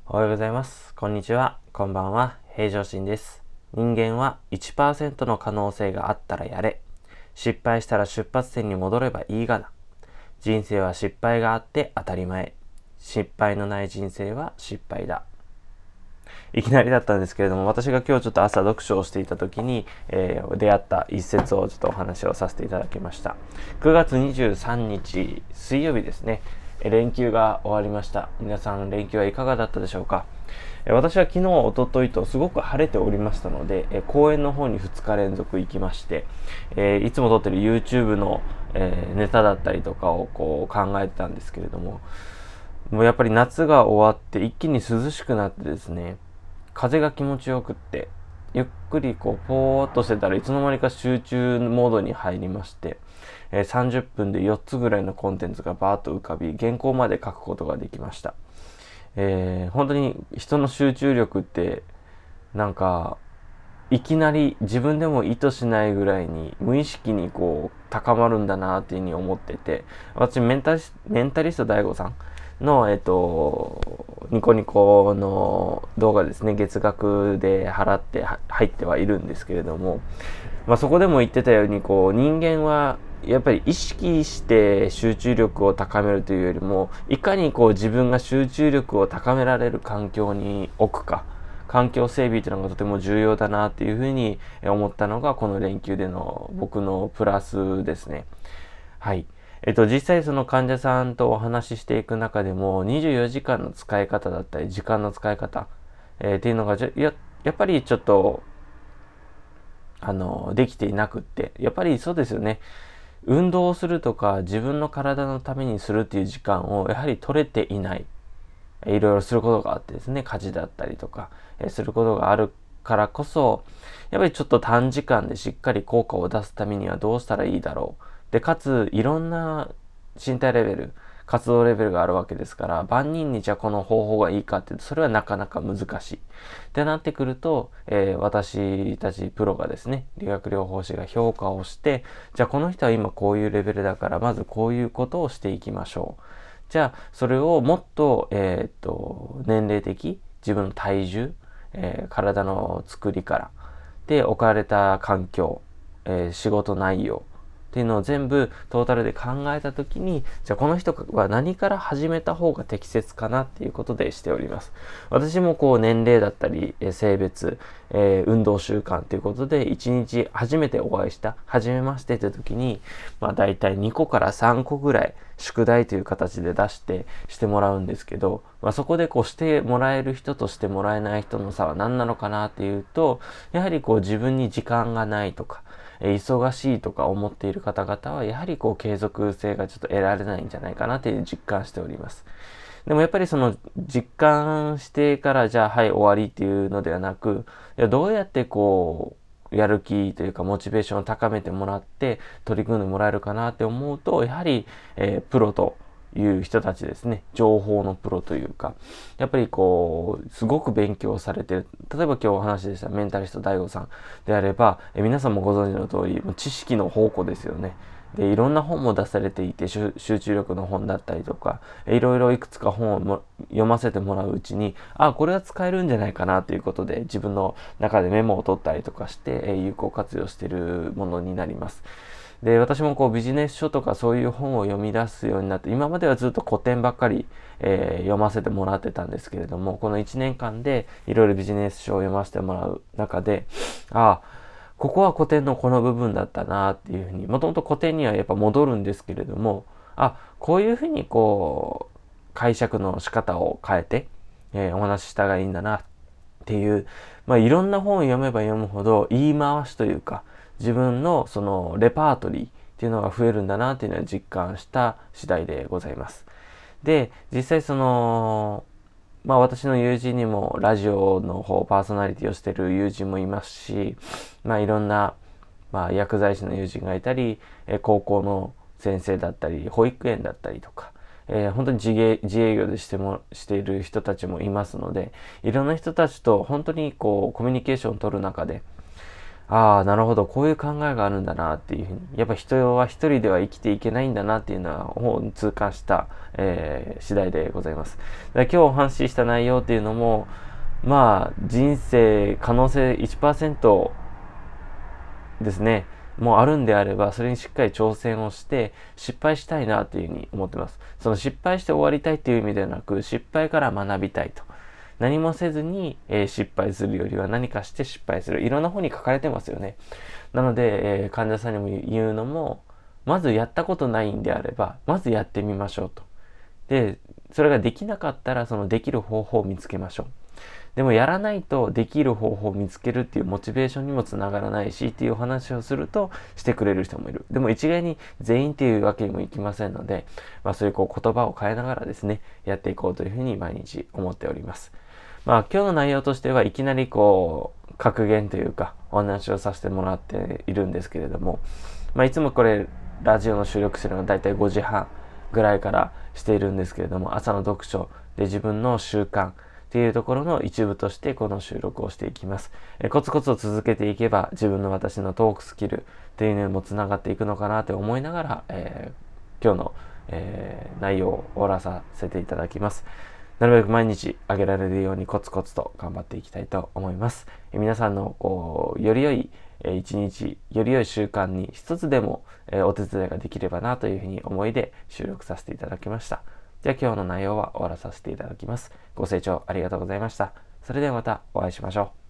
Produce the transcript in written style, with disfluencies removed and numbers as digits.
おはようございます。こんにちは。こんばんは。平常心です。人間は 1% の可能性があったらやれ。失敗したら出発点に戻ればいいがな。人生は失敗があって当たり前。失敗のない人生は失敗だ。いきなりだったんですけれども、私が今日ちょっと朝読書をしていた時に、出会った一節をちょっとお話をさせていただきました。9月23日水曜日ですね。連休が終わりました。皆さん連休はいかがだったでしょうか。私は昨日、おとといとすごく晴れておりましたので、公園の方に2日連続行きまして、いつも撮ってる YouTube の、ネタだったりとかをこう考えてたんですけれども、もうやっぱり夏が終わって一気に涼しくなってですね、風が気持ちよくって、ゆっくりこうポーっとしてたらいつの間にか集中モードに入りまして、30分で4つぐらいのコンテンツがバーッと浮かび、原稿まで書くことができました。本当に人の集中力ってなんかいきなり自分でも意図しないぐらいに無意識にこう高まるんだなっていうふうに思ってて、私メンタリスト DAIGO さんのニコニコの動画ですね、月額で払って入ってはいるんですけれども、そこでも言ってたようにこう人間はやっぱり意識して集中力を高めるというよりも、いかにこう自分が集中力を高められる環境に置くか、環境整備というのがとても重要だなっていうふうに思ったのがこの連休での僕のプラスですね。はい。実際その患者さんとお話ししていく中でも24時間の使い方だったり時間の使い方、っていうのがやっぱりちょっとできていなくって、やっぱりそうですよね。運動をするとか自分の体のためにするっていう時間をやはり取れていない。いろいろすることがあってですね、家事だったりとか、することがあるからこそ、やっぱりちょっと短時間でしっかり効果を出すためにはどうしたらいいだろう。で、かつ、いろんな身体レベル、活動レベルがあるわけですから、万人にじゃあこの方法がいいかっていうと、それはなかなか難しい。ってなってくると、私たちプロがですね、理学療法士が評価をして、じゃあこの人は今こういうレベルだから、まずこういうことをしていきましょう。じゃあそれをもっと、年齢的、自分の体重、体の作りから、で、置かれた環境、仕事内容っていうのを全部トータルで考えたときに、じゃあこの人は何から始めた方が適切かなっていうことでしております。私もこう年齢だったり、性別、運動習慣ということで、一日初めてお会いした、初めましてという時に、大体2個から3個ぐらい宿題という形で出してもらうんですけど、そこでこうしてもらえる人としてもらえない人の差は何なのかなっていうと、やはりこう自分に時間がないとか、忙しいとか思っている方々はやはりこう継続性がちょっと得られないんじゃないかなという実感しております。でもやっぱりその実感してからじゃあはい終わりっていうのではなく、いやどうやってこうやる気というかモチベーションを高めてもらって取り組んでもらえるかなって思うと、やはり、プロという人たちですね。情報のプロというか、やっぱりこう、すごく勉強されてる。例えば今日お話でしたメンタリスト DAIGO さんであれば、皆さんもご存知の通り、知識の宝庫ですよね。で、いろんな本も出されていて、集中力の本だったりとか、いろいろいくつか本を読ませてもらううちに、これは使えるんじゃないかなということで、自分の中でメモを取ったりとかして、有効活用しているものになります。で、私もこうビジネス書とかそういう本を読み出すようになって、今まではずっと古典ばっかり、読ませてもらってたんですけれども、この1年間でいろいろビジネス書を読ませてもらう中で、ここは古典のこの部分だったなっていうふうに、もともと古典にはやっぱ戻るんですけれども、こういうふうにこう、解釈の仕方を変えて、お話ししたらいいんだなっていう、いろんな本を読めば読むほど言い回しというか、自分のそのレパートリーっていうのが増えるんだなっていうのは実感した次第でございます。で、実際その、私の友人にもラジオの方パーソナリティをしている友人もいますし、いろんな、薬剤師の友人がいたり、高校の先生だったり、保育園だったりとか、本当に自営業でしている人たちもいますので、いろんな人たちと本当にこうコミュニケーションを取る中で、 ああ、なるほど、こういう考えがあるんだなっていうふうに、やっぱ人は一人では生きていけないんだなっていうのを痛感した、次第でございます。だから今日お話しした内容っていうのも、まあ、人生可能性1%ですね、もうあるんであれば、それにしっかり挑戦をして、失敗したいなっていうふうに思ってます。その失敗して終わりたいっていう意味ではなく、失敗から学びたいと。何もせずに、失敗するよりは何かして失敗する。いろんな本に書かれてますよね。なので、患者さんにも言うのも、まずやったことないんであれば、まずやってみましょうと。で、それができなかったら、そのできる方法を見つけましょう。でもやらないとできる方法を見つけるっていうモチベーションにもつながらないしっていう話をするとしてくれる人もいる。でも一概に全員っていうわけにもいきませんので、そういう言葉を変えながらですね、やっていこうというふうに毎日思っております。今日の内容としてはいきなり格言というかお話をさせてもらっているんですけれども、いつもこれラジオの収録するのはだいたい5時半ぐらいからしているんですけれども、朝の読書で自分の習慣っていうところの一部としてこの収録をしていきます。コツコツと続けていけば自分の私のトークスキルっていうのにもつながっていくのかなと思いながら、今日の、内容を終わらさせていただきます。なるべく毎日上げられるようにコツコツと頑張っていきたいと思います。皆さんのより良い一日、より良い習慣に一つでもお手伝いができればなというふうに思いで収録させていただきました。じゃあ今日の内容は終わらさせていただきます。ご清聴ありがとうございました。それではまたお会いしましょう。